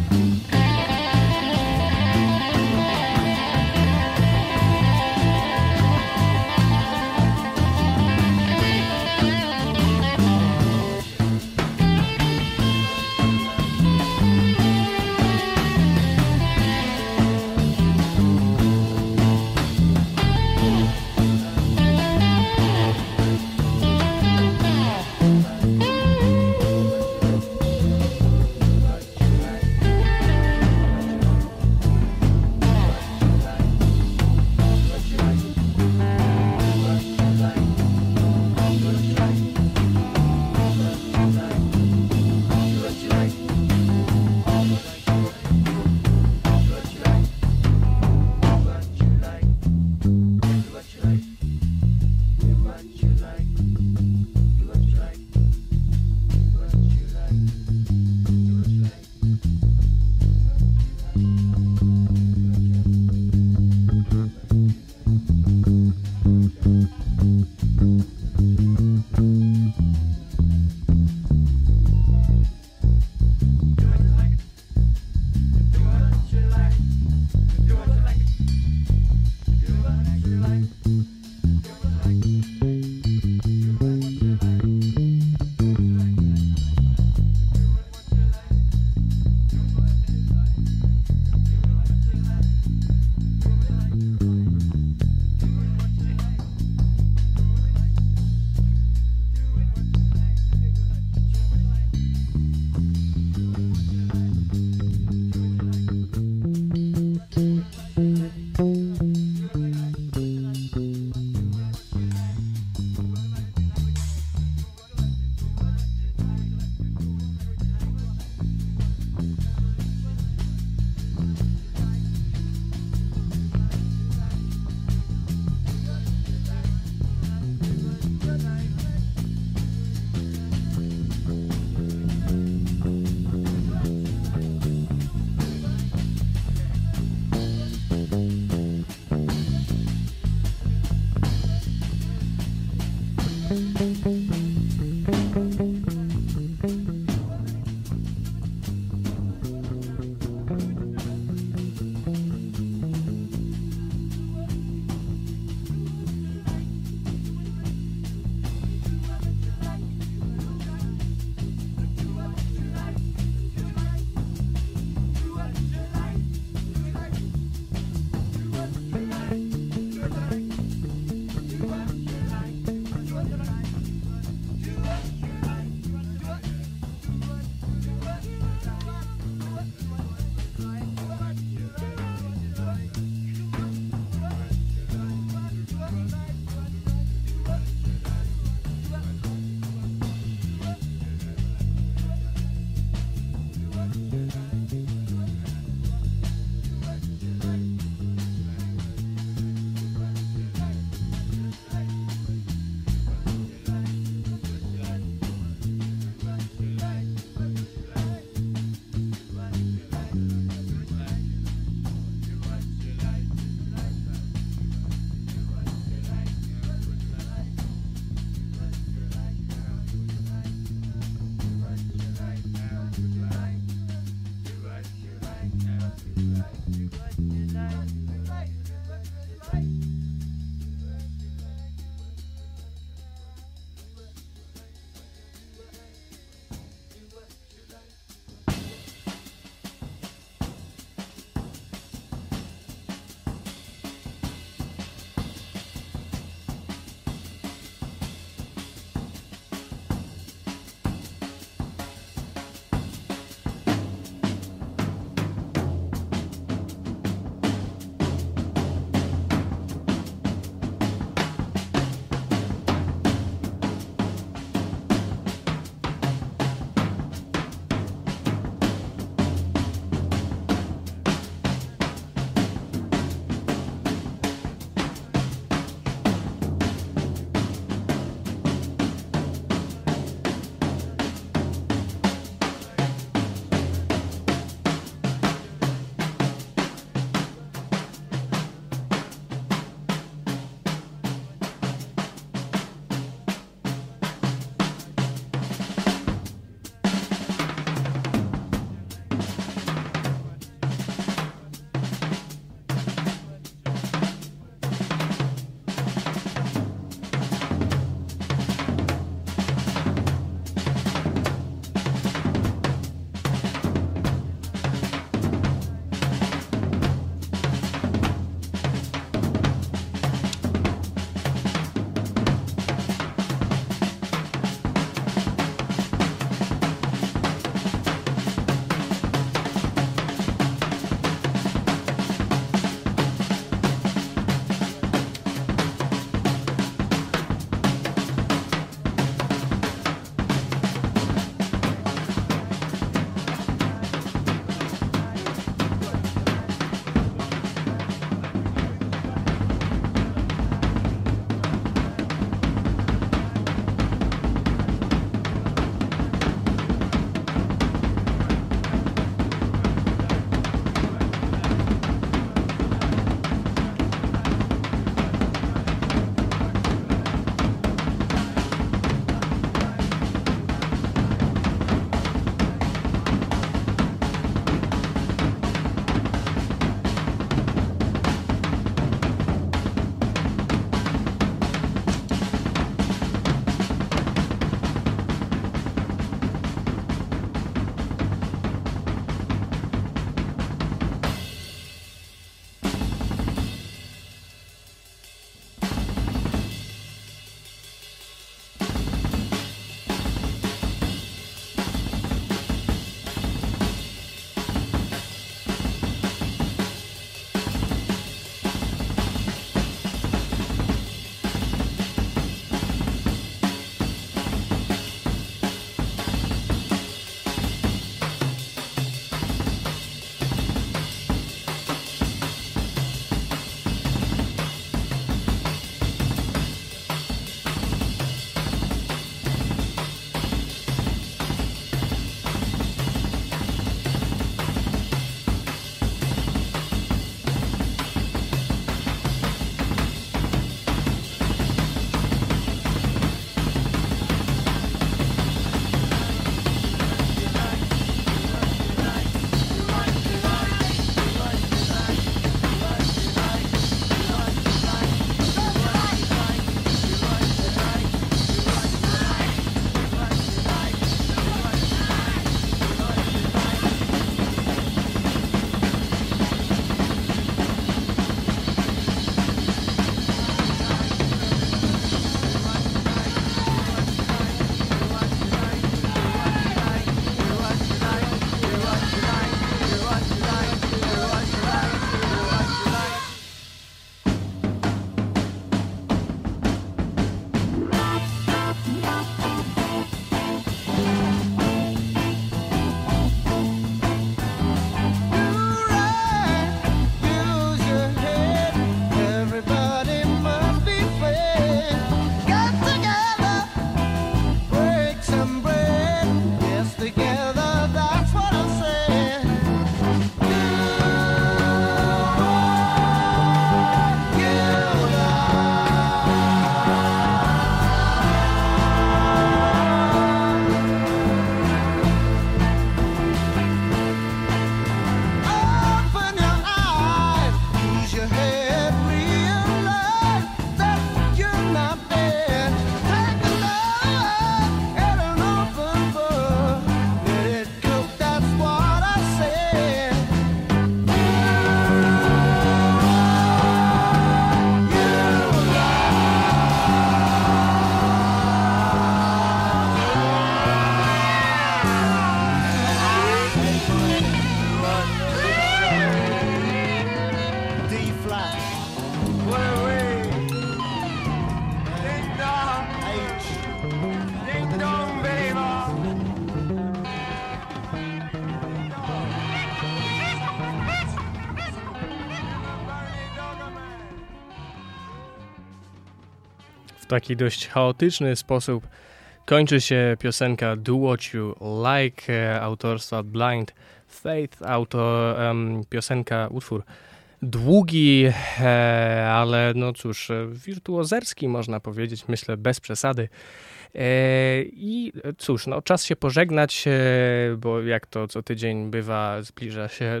[SPEAKER 2] taki dość chaotyczny sposób kończy się piosenka Do What You Like autorstwa Blind Faith. Utwór długi, ale no cóż, wirtuozerski można powiedzieć, myślę bez przesady. I cóż, no czas się pożegnać, bo jak to co tydzień bywa, zbliża się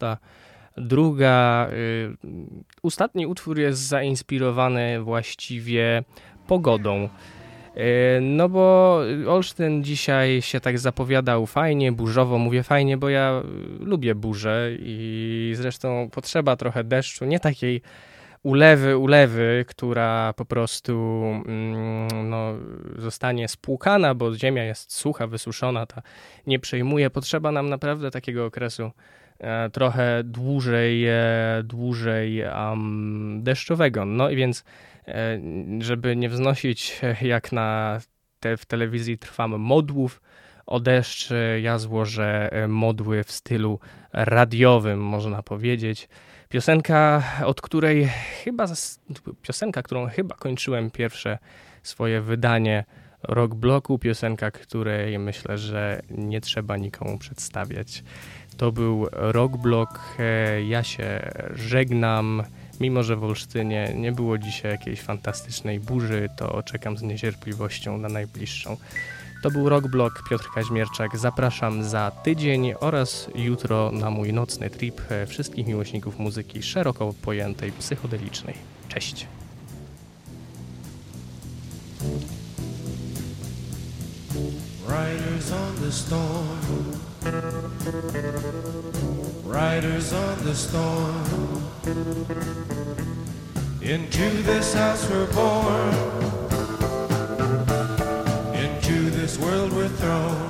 [SPEAKER 2] 22. Ostatni utwór jest zainspirowany właściwie pogodą. No bo Olsztyn dzisiaj się tak zapowiadał fajnie, burzowo. Mówię fajnie, bo ja lubię burzę i zresztą potrzeba trochę deszczu, nie takiej ulewy, która po prostu zostanie spłukana, bo ziemia jest sucha, wysuszona, ta nie przejmuje. Potrzeba nam naprawdę takiego okresu trochę dłużej deszczowego. No i więc żeby nie wznosić jak w telewizji Trwam modłów o deszcz, ja złożę modły w stylu radiowym, można powiedzieć. Piosenka, którą chyba kończyłem pierwsze swoje wydanie Rock Bloku, piosenka, której myślę, że nie trzeba nikomu przedstawiać. To był Rock Block, ja się żegnam. Mimo że w Olsztynie nie było dzisiaj jakiejś fantastycznej burzy, to czekam z niecierpliwością na najbliższą. To był Rock Block, Piotr Kaźmierczak. Zapraszam za tydzień oraz jutro na mój nocny trip wszystkich miłośników muzyki szeroko pojętej, psychodelicznej. Cześć!
[SPEAKER 1] Riders on the storm, riders on the storm. Into this house we're born, into this world we're thrown,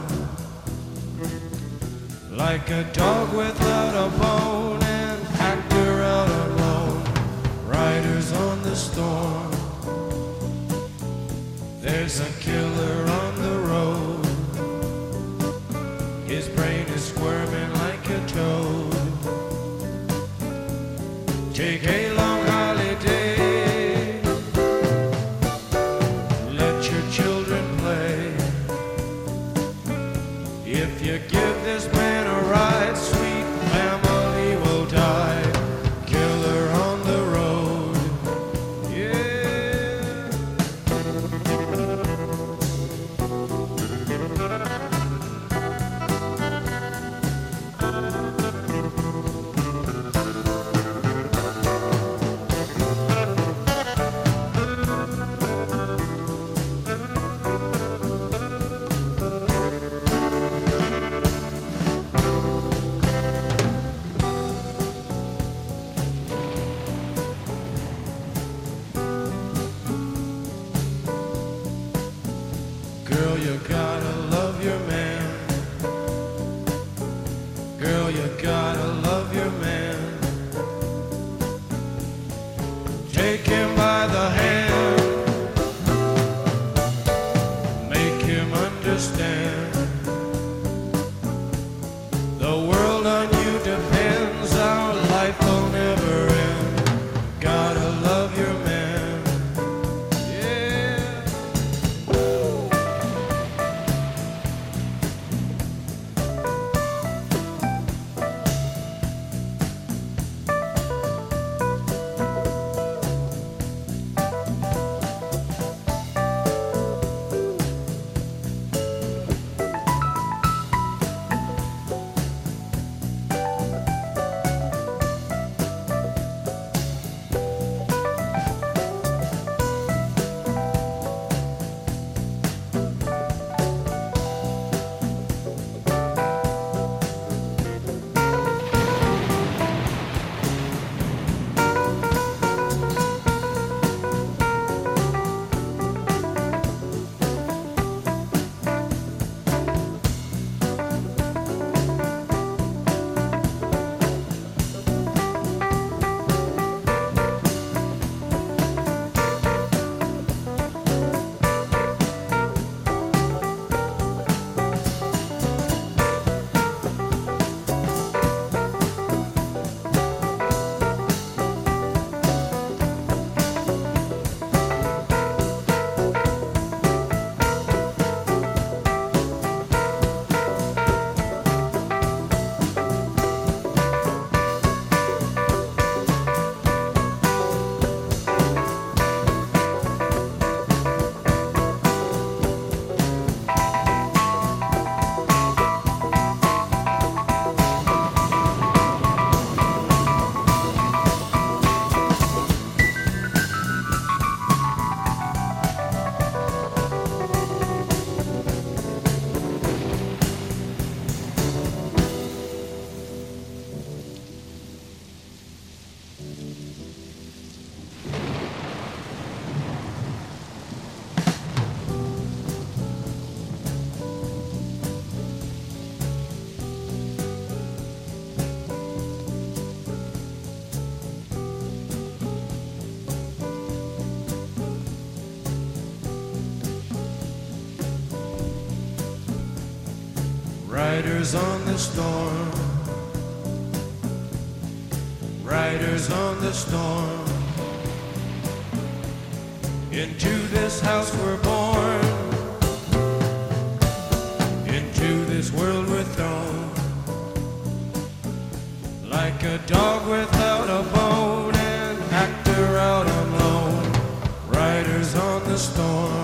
[SPEAKER 1] like a dog without a bone and actor out alone. Riders on the storm, there's a killer on the road. His brain is squirming like a toad. Take a long holiday, let your children play. If you give this man a ride, sweet family will die. Killer on the road, yeah. Girl, you gotta love your man. Girl, you gotta love your man. Take him by the hand, make him understand. The world on you depends, our life will never end. Gotta love your man, yeah. Riders on the storm. Riders on the storm. Into this house we're born. Into this world we're thrown. Like a dog without a bone, an actor out on loan. Riders on the storm.